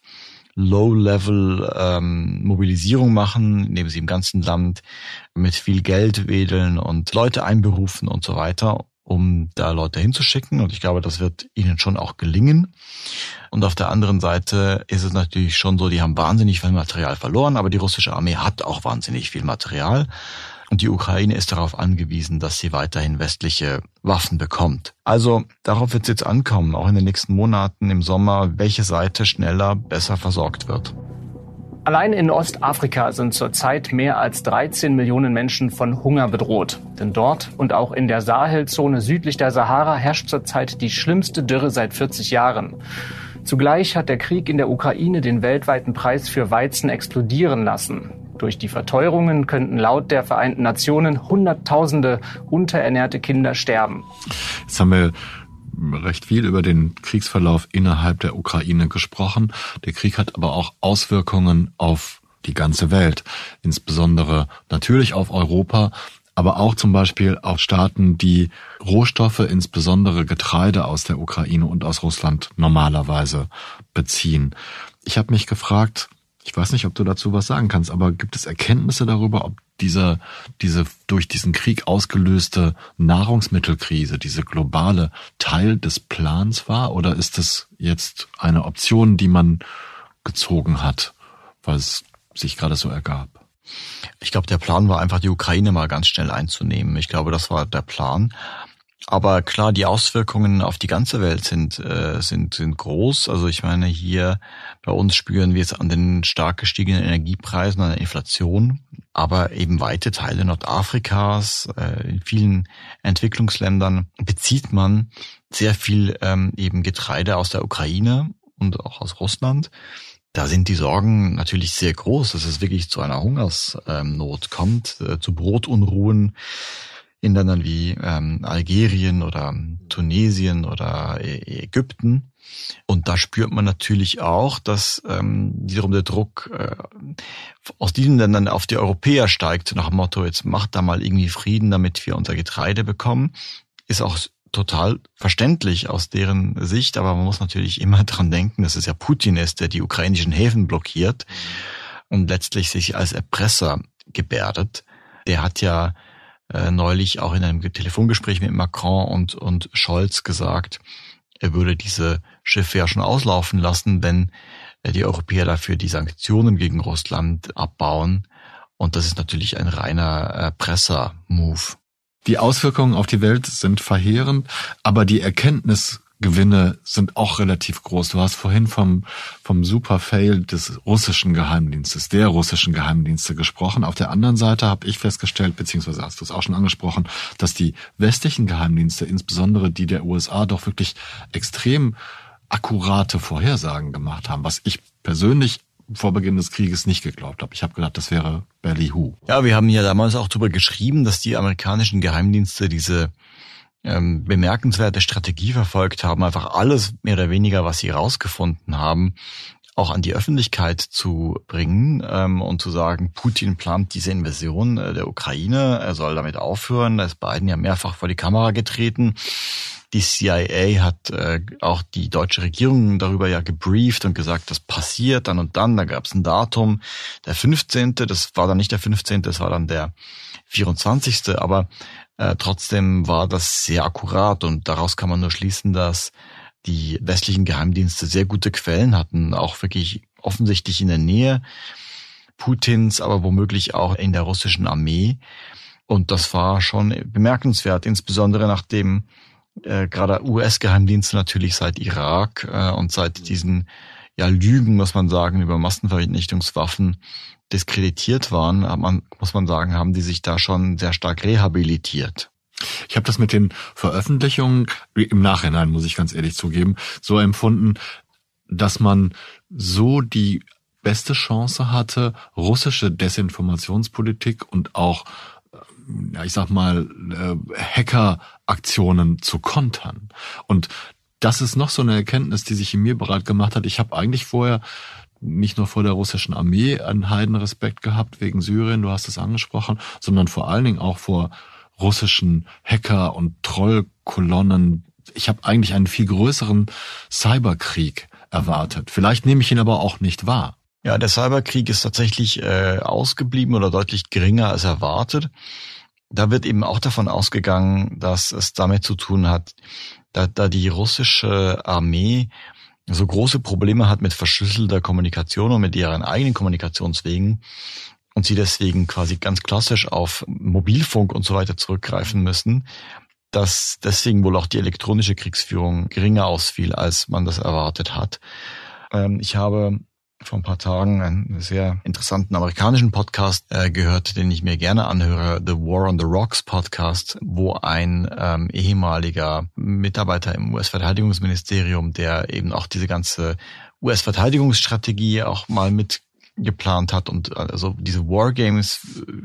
Low-Level Mobilisierung machen, indem sie im ganzen Land mit viel Geld wedeln und Leute einberufen und so weiter, um da Leute hinzuschicken. Und ich glaube, das wird ihnen schon auch gelingen. Und auf der anderen Seite ist es natürlich schon so, die haben wahnsinnig viel Material verloren, aber die russische Armee hat auch wahnsinnig viel Material. Und die Ukraine ist darauf angewiesen, dass sie weiterhin westliche Waffen bekommt. Also darauf wird es jetzt ankommen, auch in den nächsten Monaten im Sommer, welche Seite schneller, besser versorgt wird. Allein in Ostafrika sind zurzeit mehr als 13 Millionen Menschen von Hunger bedroht. Denn dort und auch in der Sahelzone südlich der Sahara herrscht zurzeit die schlimmste Dürre seit 40 Jahren. Zugleich hat der Krieg in der Ukraine den weltweiten Preis für Weizen explodieren lassen. Durch die Verteuerungen könnten laut der Vereinten Nationen Hunderttausende unterernährte Kinder sterben. Jetzt haben wir recht viel über den Kriegsverlauf innerhalb der Ukraine gesprochen. Der Krieg hat aber auch Auswirkungen auf die ganze Welt, insbesondere natürlich auf Europa, aber auch zum Beispiel auf Staaten, die Rohstoffe, insbesondere Getreide aus der Ukraine und aus Russland normalerweise beziehen. Ich habe mich gefragt, ich weiß nicht, ob du dazu was sagen kannst, aber gibt es Erkenntnisse darüber, ob diese durch diesen Krieg ausgelöste Nahrungsmittelkrise, diese globale Teil des Plans war, oder ist es jetzt eine Option, die man gezogen hat, weil es sich gerade so ergab? Ich glaube, der Plan war einfach, die Ukraine mal ganz schnell einzunehmen. Ich glaube, das war der Plan. Aber klar, die Auswirkungen auf die ganze Welt sind groß. Also ich meine, hier bei uns spüren wir es an den stark gestiegenen Energiepreisen, an der Inflation. Aber eben weite Teile Nordafrikas, in vielen Entwicklungsländern bezieht man sehr viel eben Getreide aus der Ukraine und auch aus Russland. Da sind die Sorgen natürlich sehr groß, dass es wirklich zu einer Hungersnot kommt, zu Brotunruhen in Ländern wie Algerien oder Tunesien oder Ägypten. Und da spürt man natürlich auch, dass wiederum der Druck aus diesen Ländern auf die Europäer steigt, nach dem Motto, jetzt macht da mal irgendwie Frieden, damit wir unser Getreide bekommen. Ist auch total verständlich aus deren Sicht, aber man muss natürlich immer dran denken, dass es ja Putin ist, der die ukrainischen Häfen blockiert und letztlich sich als Erpresser gebärdet. Der hat ja neulich auch in einem Telefongespräch mit Macron und Scholz gesagt, er würde diese Schiffe ja schon auslaufen lassen, wenn die Europäer dafür die Sanktionen gegen Russland abbauen. Und das ist natürlich ein reiner Erpresser-Move. Die Auswirkungen auf die Welt sind verheerend, aber die Erkenntnisgewinne sind auch relativ groß. Du hast vorhin vom Super-Fail des russischen Geheimdienstes, der russischen Geheimdienste gesprochen. Auf der anderen Seite habe ich festgestellt, beziehungsweise hast du es auch schon angesprochen, dass die westlichen Geheimdienste, insbesondere die der USA, doch wirklich extrem akkurate Vorhersagen gemacht haben, was ich persönlich vor Beginn des Krieges nicht geglaubt habe. Ich habe gedacht, das wäre Ballyhoo. Ja, wir haben ja damals auch darüber geschrieben, dass die amerikanischen Geheimdienste diese bemerkenswerte Strategie verfolgt haben, einfach alles mehr oder weniger, was sie rausgefunden haben, auch an die Öffentlichkeit zu bringen und zu sagen, Putin plant diese Invasion der Ukraine, er soll damit aufhören. Da ist Biden ja mehrfach vor die Kamera getreten. Die CIA hat auch die deutsche Regierung darüber ja gebrieft und gesagt, das passiert dann und dann. Da gab es ein Datum, der 15., das war dann nicht der 15., das war dann der 24., aber trotzdem war das sehr akkurat und daraus kann man nur schließen, dass die westlichen Geheimdienste sehr gute Quellen hatten, auch wirklich offensichtlich in der Nähe Putins, aber womöglich auch in der russischen Armee, Und das war schon bemerkenswert, insbesondere nachdem gerade US-Geheimdienste natürlich seit Irak und seit diesen Lügen, muss man sagen, über Massenvernichtungswaffen diskreditiert waren, muss man sagen, haben die sich da schon sehr stark rehabilitiert. Ich habe das mit den Veröffentlichungen im Nachhinein, muss ich ganz ehrlich zugeben, so empfunden, dass man so die beste Chance hatte, russische Desinformationspolitik und auch, ich sag mal, Hackeraktionen zu kontern. Und das ist noch so eine Erkenntnis, die sich in mir bereit gemacht hat. Ich habe eigentlich vorher nicht nur vor der russischen Armee einen Heidenrespekt gehabt wegen Syrien, du hast es angesprochen, sondern vor allen Dingen auch vor russischen Hacker- und Trollkolonnen. Ich habe eigentlich einen viel größeren Cyberkrieg erwartet. Vielleicht nehme ich ihn aber auch nicht wahr. Ja, der Cyberkrieg ist tatsächlich ausgeblieben oder deutlich geringer als erwartet. Da wird eben auch davon ausgegangen, dass es damit zu tun hat, da die russische Armee so große Probleme hat mit verschlüsselter Kommunikation und mit ihren eigenen Kommunikationswegen und sie deswegen quasi ganz klassisch auf Mobilfunk und so weiter zurückgreifen müssen, dass deswegen wohl auch die elektronische Kriegsführung geringer ausfiel, als man das erwartet hat. Ich habe vor ein paar Tagen einen sehr interessanten amerikanischen Podcast gehört, den ich mir gerne anhöre, The War on the Rocks Podcast, wo ein ehemaliger Mitarbeiter im US-Verteidigungsministerium, der eben auch diese ganze US-Verteidigungsstrategie auch mal mitgeplant hat und also diese Wargames,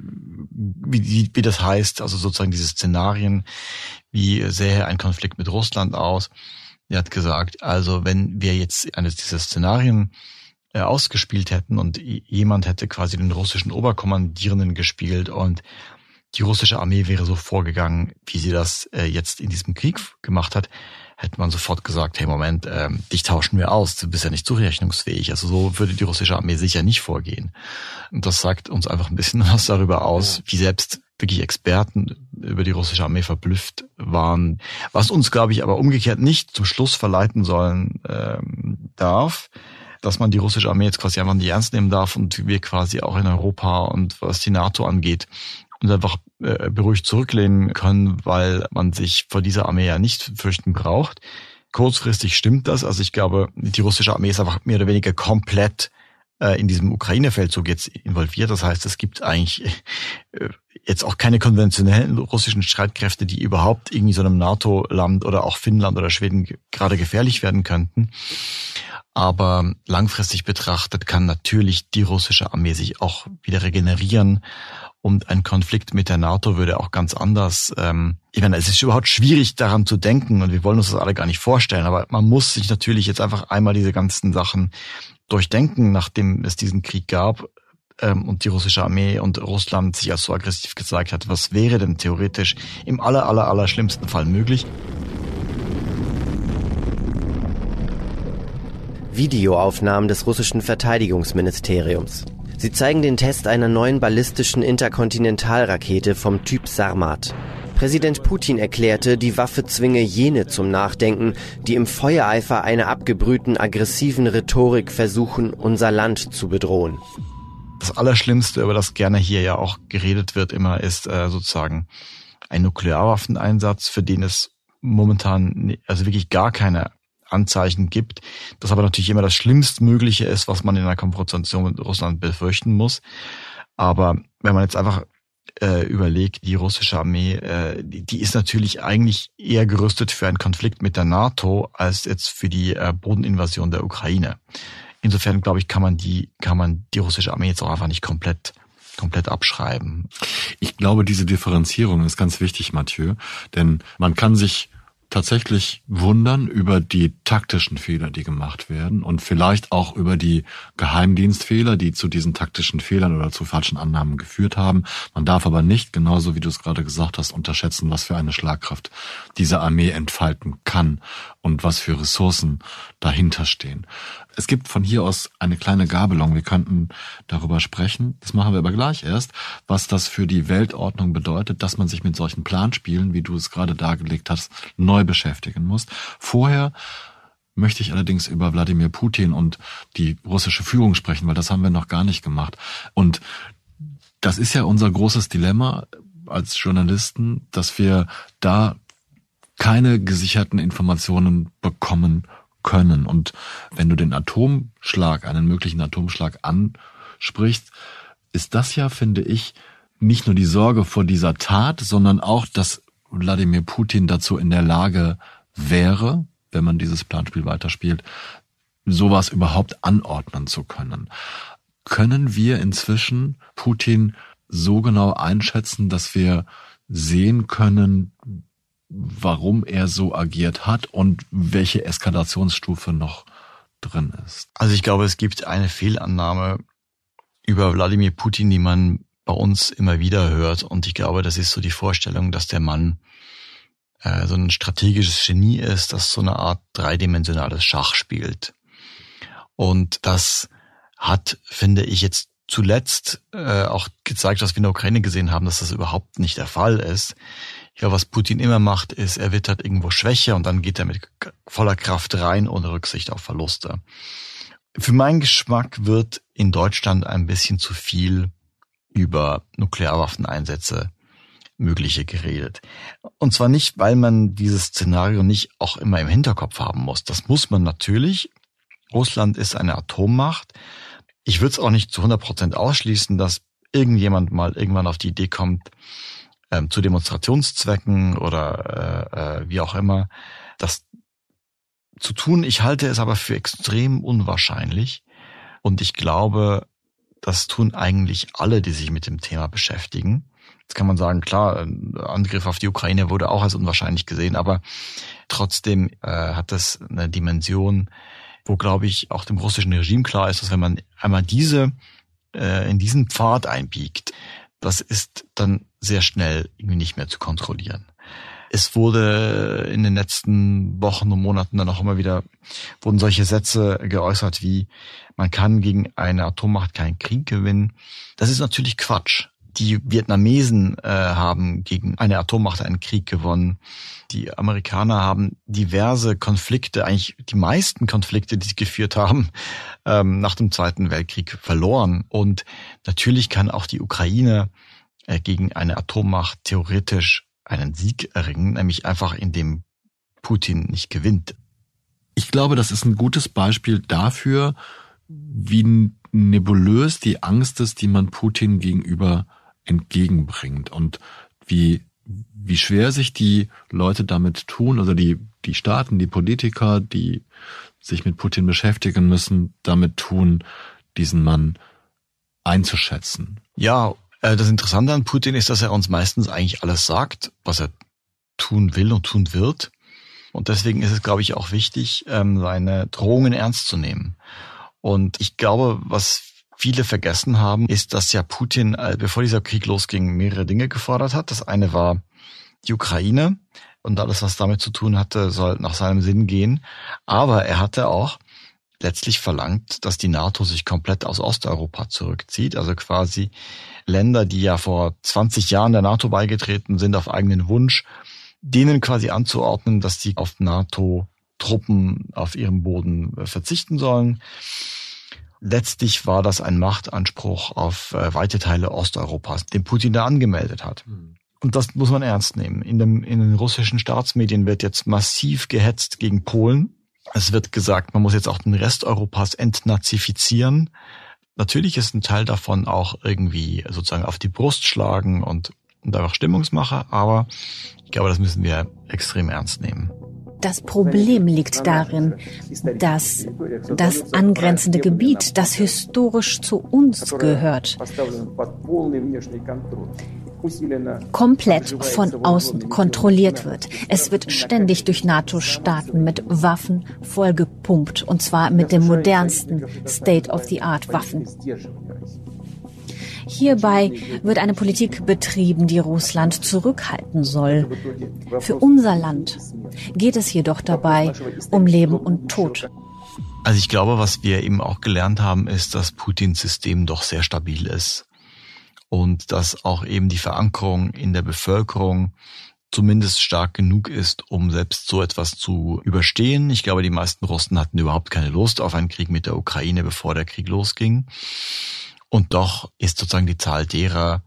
wie das heißt, also sozusagen diese Szenarien, wie sähe ein Konflikt mit Russland aus. Er hat gesagt, also wenn wir jetzt eines dieser Szenarien ausgespielt hätten und jemand hätte quasi den russischen Oberkommandierenden gespielt und die russische Armee wäre so vorgegangen, wie sie das jetzt in diesem Krieg gemacht hat, hätte man sofort gesagt, hey Moment, dich tauschen wir aus, du bist ja nicht zurechnungsfähig. Also so würde die russische Armee sicher nicht vorgehen. Und das sagt uns einfach ein bisschen was darüber aus, wie selbst wirklich Experten über die russische Armee verblüfft waren. Was uns, glaube ich, aber umgekehrt nicht zum Schluss verleiten sollen darf, dass man die russische Armee jetzt quasi einfach nicht ernst nehmen darf und wir quasi auch in Europa und was die NATO angeht, uns einfach beruhigt zurücklehnen können, weil man sich vor dieser Armee ja nicht fürchten braucht. Kurzfristig stimmt das. Also ich glaube, die russische Armee ist einfach mehr oder weniger komplett in diesem Ukraine-Feldzug jetzt involviert. Das heißt, es gibt eigentlich jetzt auch keine konventionellen russischen Streitkräfte, die überhaupt irgendwie so einem NATO-Land oder auch Finnland oder Schweden gerade gefährlich werden könnten. Aber langfristig betrachtet kann natürlich die russische Armee sich auch wieder regenerieren und ein Konflikt mit der NATO würde auch ganz anders. Ich meine, es ist überhaupt schwierig daran zu denken und wir wollen uns das alle gar nicht vorstellen, aber man muss sich natürlich jetzt einfach einmal diese ganzen Sachen durchdenken, nachdem es diesen Krieg gab und die russische Armee und Russland sich als so aggressiv gezeigt hat. Was wäre denn theoretisch im aller schlimmsten Fall möglich? Videoaufnahmen des russischen Verteidigungsministeriums. Sie zeigen den Test einer neuen ballistischen Interkontinentalrakete vom Typ Sarmat. Präsident Putin erklärte, die Waffe zwinge jene zum Nachdenken, die im Feuereifer einer abgebrühten, aggressiven Rhetorik versuchen, unser Land zu bedrohen. Das Allerschlimmste, über das gerne hier ja auch geredet wird immer, ist sozusagen ein Nuklearwaffeneinsatz, für den es momentan also wirklich gar keine Anzeichen gibt, das aber natürlich immer das Schlimmstmögliche ist, was man in einer Konfrontation mit Russland befürchten muss. Aber wenn man jetzt einfach überlegt, die russische Armee, die ist natürlich eigentlich eher gerüstet für einen Konflikt mit der NATO als jetzt für die Bodeninvasion der Ukraine. Insofern, glaube ich, kann man die russische Armee jetzt auch einfach nicht komplett abschreiben. Ich glaube, diese Differenzierung ist ganz wichtig, Mathieu, denn man kann sich tatsächlich wundern über die taktischen Fehler, die gemacht werden und vielleicht auch über die Geheimdienstfehler, die zu diesen taktischen Fehlern oder zu falschen Annahmen geführt haben. Man darf aber nicht, genauso wie du es gerade gesagt hast, unterschätzen, was für eine Schlagkraft diese Armee entfalten kann und was für Ressourcen dahinter stehen. Es gibt von hier aus eine kleine Gabelung. Wir könnten darüber sprechen. Das machen wir aber gleich erst, was das für die Weltordnung bedeutet, dass man sich mit solchen Planspielen, wie du es gerade dargelegt hast, neu beschäftigen muss. Vorher möchte ich allerdings über Wladimir Putin und die russische Führung sprechen, weil das haben wir noch gar nicht gemacht. Und das ist ja unser großes Dilemma. als Journalisten, dass wir da keine gesicherten Informationen bekommen können. Und wenn du den einen möglichen Atomschlag ansprichst, ist das ja, finde ich, nicht nur die Sorge vor dieser Tat, sondern auch, dass Wladimir Putin dazu in der Lage wäre, wenn man dieses Planspiel weiterspielt, sowas überhaupt anordnen zu können. Können wir inzwischen Putin so genau einschätzen, dass wir sehen können, warum er so agiert hat und welche Eskalationsstufe noch drin ist? Also ich glaube, es gibt eine Fehlannahme über Wladimir Putin, die man bei uns immer wieder hört. Und ich glaube, das ist so die Vorstellung, dass der Mann so ein strategisches Genie ist, das so eine Art dreidimensionales Schach spielt. Und das hat, finde ich, jetzt zuletzt auch gezeigt, was wir in der Ukraine gesehen haben, dass das überhaupt nicht der Fall ist. Ja, was Putin immer macht, ist, er wittert irgendwo Schwäche und dann geht er mit voller Kraft rein, ohne Rücksicht auf Verluste. Für meinen Geschmack wird in Deutschland ein bisschen zu viel über Nuklearwaffeneinsätze mögliche geredet. Und zwar nicht, weil man dieses Szenario nicht auch immer im Hinterkopf haben muss. Das muss man natürlich. Russland ist eine Atommacht. Ich würde es auch nicht zu 100% ausschließen, dass irgendjemand mal irgendwann auf die Idee kommt, zu Demonstrationszwecken oder wie auch immer, das zu tun. Ich halte es aber für extrem unwahrscheinlich. Und ich glaube, das tun eigentlich alle, die sich mit dem Thema beschäftigen. Jetzt kann man sagen, klar, ein Angriff auf die Ukraine wurde auch als unwahrscheinlich gesehen, aber trotzdem hat das eine Dimension, wo, glaube ich, auch dem russischen Regime klar ist, dass wenn man einmal in diesen Pfad einbiegt, das ist dann sehr schnell irgendwie nicht mehr zu kontrollieren. Es wurde in den letzten Wochen und Monaten dann auch immer wieder, wurden solche Sätze geäußert wie, man kann gegen eine Atommacht keinen Krieg gewinnen. Das ist natürlich Quatsch. Die Vietnamesen haben gegen eine Atommacht einen Krieg gewonnen. Die Amerikaner haben diverse Konflikte, eigentlich die meisten Konflikte, die sie geführt haben, nach dem Zweiten Weltkrieg verloren. Und natürlich kann auch die Ukraine gegen eine Atommacht theoretisch einen Sieg erringen, nämlich einfach indem Putin nicht gewinnt. Ich glaube, das ist ein gutes Beispiel dafür, wie nebulös die Angst ist, die man Putin gegenüber entgegenbringt und wie schwer sich die Leute damit tun, oder die Staaten, die Politiker, die sich mit Putin beschäftigen müssen, damit tun, diesen Mann einzuschätzen. Ja, das Interessante an Putin ist, dass er uns meistens eigentlich alles sagt, was er tun will und tun wird. Und deswegen ist es, glaube ich, auch wichtig, seine Drohungen ernst zu nehmen. Und ich glaube, was viele vergessen haben, ist, dass ja Putin, bevor dieser Krieg losging, mehrere Dinge gefordert hat. Das eine war die Ukraine und alles, was damit zu tun hatte, soll nach seinem Sinn gehen. Aber er hatte auch letztlich verlangt, dass die NATO sich komplett aus Osteuropa zurückzieht. Also quasi Länder, die ja vor 20 Jahren der NATO beigetreten sind, auf eigenen Wunsch, denen quasi anzuordnen, dass sie auf NATO-Truppen auf ihrem Boden verzichten sollen. Letztlich war das ein Machtanspruch auf weite Teile Osteuropas, den Putin da angemeldet hat. Und das muss man ernst nehmen. In den russischen Staatsmedien wird jetzt massiv gehetzt gegen Polen. Es wird gesagt, man muss jetzt auch den Rest Europas entnazifizieren. Natürlich ist ein Teil davon auch irgendwie sozusagen auf die Brust schlagen und einfach Stimmungsmache, aber ich glaube, das müssen wir extrem ernst nehmen. Das Problem liegt darin, dass das angrenzende Gebiet, das historisch zu uns gehört, komplett von außen kontrolliert wird. Es wird ständig durch NATO-Staaten mit Waffen vollgepumpt, und zwar mit den modernsten State-of-the-Art-Waffen. Hierbei wird eine Politik betrieben, die Russland zurückhalten soll. Für unser Land geht es jedoch dabei um Leben und Tod. Also ich glaube, was wir eben auch gelernt haben, ist, dass Putins System doch sehr stabil ist. Und dass auch eben die Verankerung in der Bevölkerung zumindest stark genug ist, um selbst so etwas zu überstehen. Ich glaube, die meisten Russen hatten überhaupt keine Lust auf einen Krieg mit der Ukraine, bevor der Krieg losging. Und doch ist sozusagen die Zahl derer,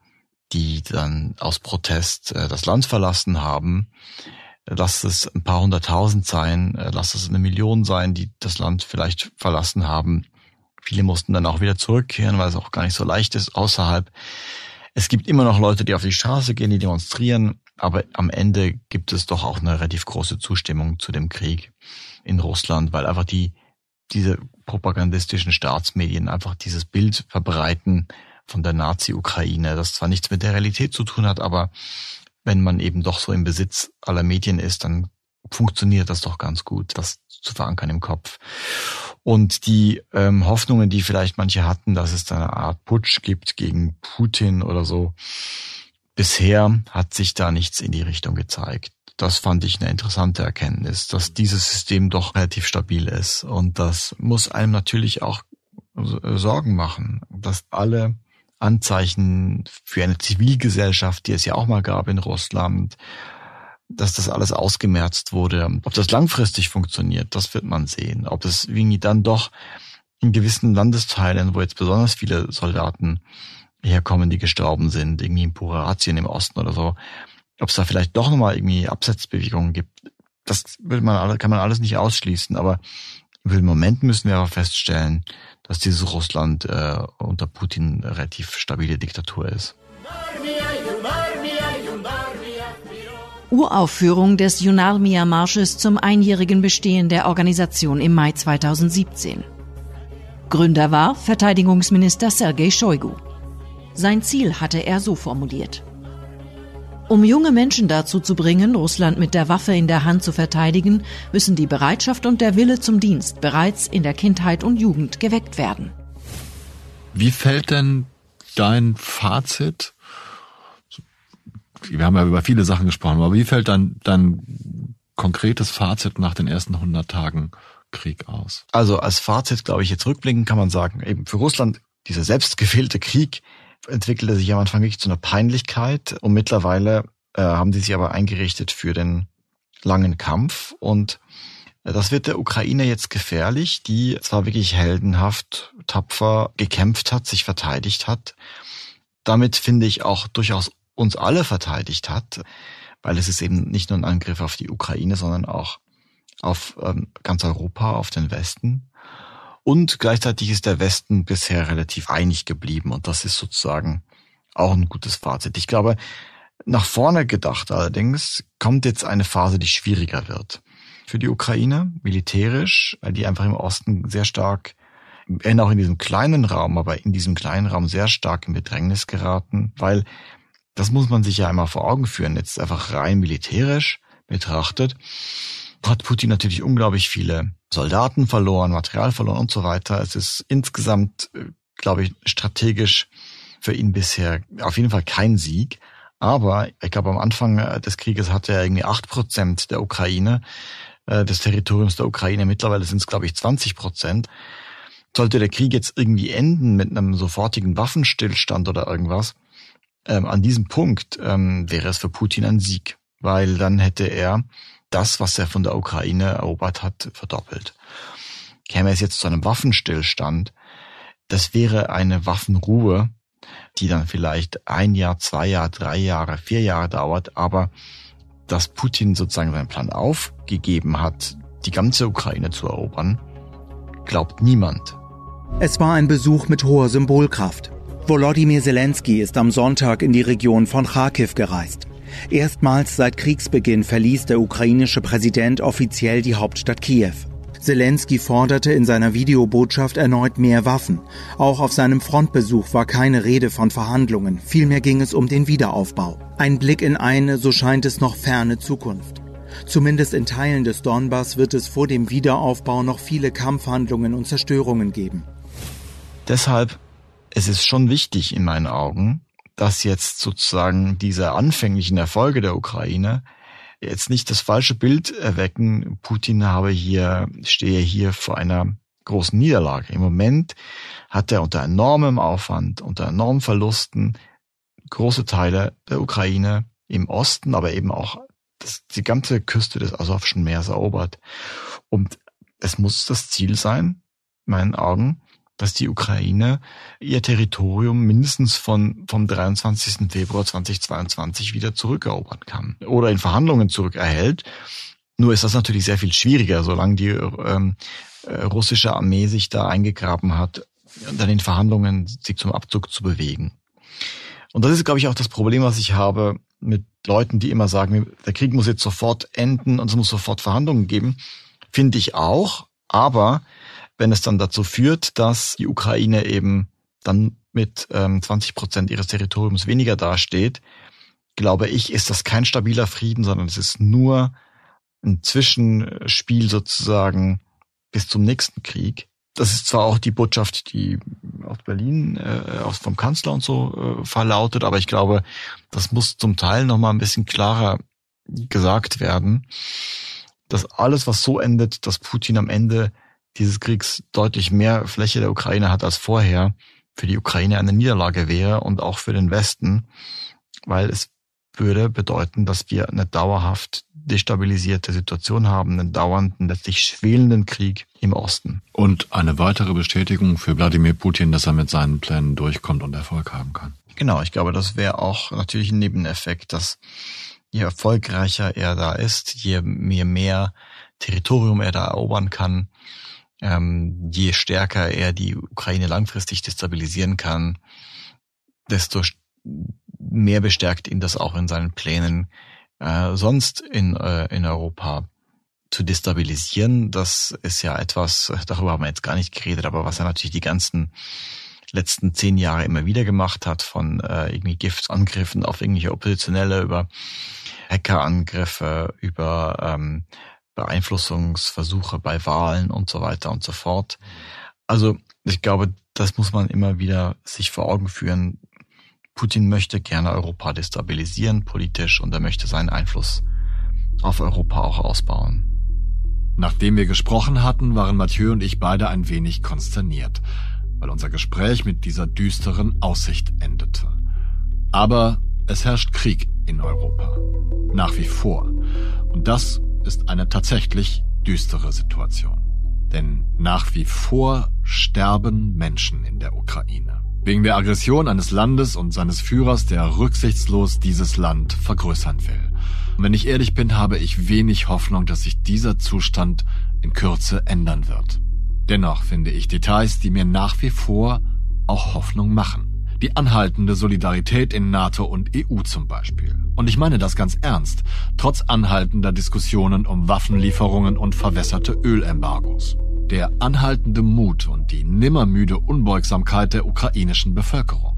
die dann aus Protest das Land verlassen haben. Lass es ein paar 100.000 sein, lass es 1 Million sein, die das Land vielleicht verlassen haben. Viele mussten dann auch wieder zurückkehren, weil es auch gar nicht so leicht ist außerhalb. Es gibt immer noch Leute, die auf die Straße gehen, die demonstrieren, aber am Ende gibt es doch auch eine relativ große Zustimmung zu dem Krieg in Russland, weil einfach diese propagandistischen Staatsmedien einfach dieses Bild verbreiten von der Nazi-Ukraine, das zwar nichts mit der Realität zu tun hat, aber wenn man eben doch so im Besitz aller Medien ist, dann funktioniert das doch ganz gut, das zu verankern im Kopf. Und die Hoffnungen, die vielleicht manche hatten, dass es da eine Art Putsch gibt gegen Putin oder so, bisher hat sich da nichts in die Richtung gezeigt. Das fand ich eine interessante Erkenntnis, dass dieses System doch relativ stabil ist. Und das muss einem natürlich auch Sorgen machen, dass alle Anzeichen für eine Zivilgesellschaft, die es ja auch mal gab in Russland, dass das alles ausgemerzt wurde. Ob das langfristig funktioniert, das wird man sehen. Ob es irgendwie dann doch in gewissen Landesteilen, wo jetzt besonders viele Soldaten herkommen, die gestorben sind, irgendwie in Buratien im Osten oder so, ob es da vielleicht doch nochmal irgendwie Absetzbewegungen gibt, das kann man alles nicht ausschließen. Aber im Moment müssen wir aber feststellen, dass dieses Russland unter Putin eine relativ stabile Diktatur ist. Uraufführung des Junarmia-Marsches zum einjährigen Bestehen der Organisation im Mai 2017. Gründer war Verteidigungsminister Sergei Shoigu. Sein Ziel hatte er so formuliert: Um junge Menschen dazu zu bringen, Russland mit der Waffe in der Hand zu verteidigen, müssen die Bereitschaft und der Wille zum Dienst bereits in der Kindheit und Jugend geweckt werden. Wie fällt denn dein Fazit? Wir haben ja über viele Sachen gesprochen, aber wie fällt dein konkretes Fazit nach den ersten 100 Tagen Krieg aus? Also als Fazit, glaube ich, jetzt rückblickend kann man sagen, eben für Russland, dieser selbstgewählte Krieg entwickelte sich am Anfang wirklich zu einer Peinlichkeit und mittlerweile haben die sich aber eingerichtet für den langen Kampf und das wird der Ukraine jetzt gefährlich, die zwar wirklich heldenhaft, tapfer gekämpft hat, sich verteidigt hat, damit finde ich auch durchaus uns alle verteidigt hat, weil es ist eben nicht nur ein Angriff auf die Ukraine, sondern auch auf ganz Europa, auf den Westen. Und gleichzeitig ist der Westen bisher relativ einig geblieben und das ist sozusagen auch ein gutes Fazit. Ich glaube, nach vorne gedacht allerdings kommt jetzt eine Phase, die schwieriger wird für die Ukraine, militärisch, weil die einfach im Osten sehr stark, wenn auch in diesem kleinen Raum, aber in diesem kleinen Raum sehr stark in Bedrängnis geraten, weil das muss man sich ja einmal vor Augen führen, jetzt einfach rein militärisch betrachtet, hat Putin natürlich unglaublich viele Soldaten verloren, Material verloren und so weiter. Es ist insgesamt, glaube ich, strategisch für ihn bisher auf jeden Fall kein Sieg. Aber ich glaube, am Anfang des Krieges hatte er irgendwie 8% der Ukraine, des Territoriums der Ukraine. Mittlerweile sind es, glaube ich, 20%. Sollte der Krieg jetzt irgendwie enden mit einem sofortigen Waffenstillstand oder irgendwas, an diesem Punkt wäre es für Putin ein Sieg, weil dann hätte er das, was er von der Ukraine erobert hat, verdoppelt. Käme es jetzt zu einem Waffenstillstand, das wäre eine Waffenruhe, die dann vielleicht 1 Jahr, 2 Jahre, 3 Jahre, 4 Jahre dauert, aber dass Putin sozusagen seinen Plan aufgegeben hat, die ganze Ukraine zu erobern, glaubt niemand. Es war ein Besuch mit hoher Symbolkraft. Volodymyr Zelensky ist am Sonntag in die Region von Charkiw gereist. Erstmals seit Kriegsbeginn verließ der ukrainische Präsident offiziell die Hauptstadt Kiew. Zelensky forderte in seiner Videobotschaft erneut mehr Waffen. Auch auf seinem Frontbesuch war keine Rede von Verhandlungen, vielmehr ging es um den Wiederaufbau. Ein Blick in eine, so scheint es, noch ferne Zukunft. Zumindest in Teilen des Donbass wird es vor dem Wiederaufbau noch viele Kampfhandlungen und Zerstörungen geben. Deshalb ist es schon wichtig in meinen Augen, dass jetzt sozusagen diese anfänglichen Erfolge der Ukraine jetzt nicht das falsche Bild erwecken, Putin stehe hier vor einer großen Niederlage. Im Moment hat er unter enormem Aufwand, unter enormen Verlusten große Teile der Ukraine im Osten, aber eben auch die ganze Küste des Asowschen Meeres erobert. Und es muss das Ziel sein, in meinen Augen, dass die Ukraine ihr Territorium mindestens vom 23. Februar 2022 wieder zurückerobern kann oder in Verhandlungen zurückerhält. Nur ist das natürlich sehr viel schwieriger, solange die russische Armee sich da eingegraben hat, dann in Verhandlungen sich zum Abzug zu bewegen. Und das ist, glaube ich, auch das Problem, was ich habe mit Leuten, die immer sagen, der Krieg muss jetzt sofort enden und es muss sofort Verhandlungen geben. Finde ich auch, aber wenn es dann dazu führt, dass die Ukraine eben dann mit 20% ihres Territoriums weniger dasteht, glaube ich, ist das kein stabiler Frieden, sondern es ist nur ein Zwischenspiel sozusagen bis zum nächsten Krieg. Das ist zwar auch die Botschaft, die aus Berlin, vom Kanzler und so verlautet, aber ich glaube, das muss zum Teil nochmal ein bisschen klarer gesagt werden, dass alles, was so endet, dass Putin am Ende dieses Kriegs deutlich mehr Fläche der Ukraine hat als vorher, für die Ukraine eine Niederlage wäre und auch für den Westen, weil es würde bedeuten, dass wir eine dauerhaft destabilisierte Situation haben, einen dauernden, letztlich schwelenden Krieg im Osten. Und eine weitere Bestätigung für Wladimir Putin, dass er mit seinen Plänen durchkommt und Erfolg haben kann. Genau, ich glaube, das wäre auch natürlich ein Nebeneffekt, dass je erfolgreicher er da ist, je mehr Territorium er da erobern kann, je stärker er die Ukraine langfristig destabilisieren kann, desto mehr bestärkt ihn das auch in seinen Plänen, sonst in Europa zu destabilisieren. Das ist ja etwas, darüber haben wir jetzt gar nicht geredet, aber was er natürlich die ganzen letzten 10 Jahre immer wieder gemacht hat, von irgendwie Giftangriffen auf irgendwelche Oppositionelle, über Hackerangriffe, über Beeinflussungsversuche bei Wahlen und so weiter und so fort. Also ich glaube, das muss man immer wieder sich vor Augen führen. Putin möchte gerne Europa destabilisieren politisch und er möchte seinen Einfluss auf Europa auch ausbauen. Nachdem wir gesprochen hatten, waren Mathieu und ich beide ein wenig konsterniert, weil unser Gespräch mit dieser düsteren Aussicht endete. Aber es herrscht Krieg in Europa. Nach wie vor. Und das ist eine tatsächlich düstere Situation. Denn nach wie vor sterben Menschen in der Ukraine. Wegen der Aggression eines Landes und seines Führers, der rücksichtslos dieses Land vergrößern will. Und wenn ich ehrlich bin, habe ich wenig Hoffnung, dass sich dieser Zustand in Kürze ändern wird. Dennoch finde ich Details, die mir nach wie vor auch Hoffnung machen. Die anhaltende Solidarität in NATO und EU zum Beispiel. Und ich meine das ganz ernst, trotz anhaltender Diskussionen um Waffenlieferungen und verwässerte Ölembargos. Der anhaltende Mut und die nimmermüde Unbeugsamkeit der ukrainischen Bevölkerung.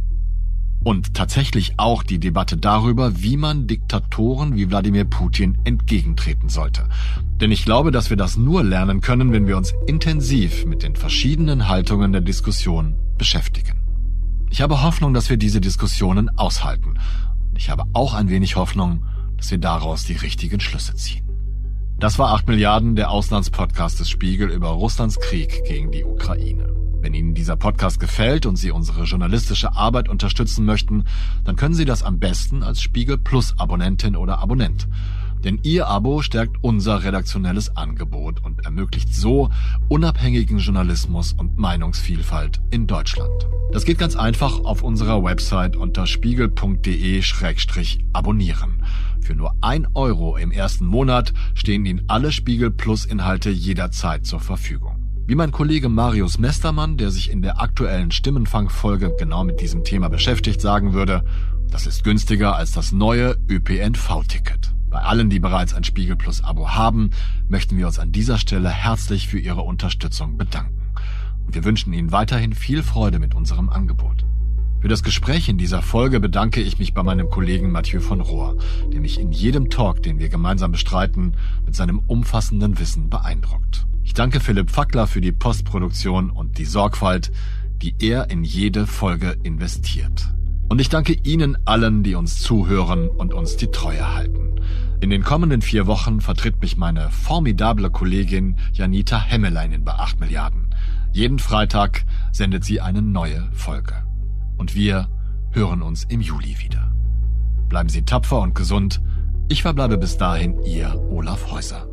Und tatsächlich auch die Debatte darüber, wie man Diktatoren wie Wladimir Putin entgegentreten sollte. Denn ich glaube, dass wir das nur lernen können, wenn wir uns intensiv mit den verschiedenen Haltungen der Diskussion beschäftigen. Ich habe Hoffnung, dass wir diese Diskussionen aushalten. Ich habe auch ein wenig Hoffnung, dass wir daraus die richtigen Schlüsse ziehen. Das war 8 Milliarden, der Auslandspodcast des Spiegel über Russlands Krieg gegen die Ukraine. Wenn Ihnen dieser Podcast gefällt und Sie unsere journalistische Arbeit unterstützen möchten, dann können Sie das am besten als Spiegel Plus Abonnentin oder Abonnent. Denn Ihr Abo stärkt unser redaktionelles Angebot und ermöglicht so unabhängigen Journalismus und Meinungsvielfalt in Deutschland. Das geht ganz einfach auf unserer Website unter spiegel.de/abonnieren. Für nur 1 € im ersten Monat stehen Ihnen alle Spiegel Plus Inhalte jederzeit zur Verfügung. Wie mein Kollege Marius Mestermann, der sich in der aktuellen Stimmenfang-Folge genau mit diesem Thema beschäftigt, sagen würde, das ist günstiger als das neue ÖPNV-Ticket. Bei allen, die bereits ein Spiegel Plus Abo haben, möchten wir uns an dieser Stelle herzlich für Ihre Unterstützung bedanken. Und wir wünschen Ihnen weiterhin viel Freude mit unserem Angebot. Für das Gespräch in dieser Folge bedanke ich mich bei meinem Kollegen Mathieu von Rohr, der mich in jedem Talk, den wir gemeinsam bestreiten, mit seinem umfassenden Wissen beeindruckt. Ich danke Philipp Fackler für die Postproduktion und die Sorgfalt, die er in jede Folge investiert. Und ich danke Ihnen allen, die uns zuhören und uns die Treue halten. In den kommenden 4 Wochen vertritt mich meine formidable Kollegin Janita Hemmeleinen bei 8 Milliarden. Jeden Freitag sendet sie eine neue Folge. Und wir hören uns im Juli wieder. Bleiben Sie tapfer und gesund. Ich verbleibe bis dahin, Ihr Olaf Häuser.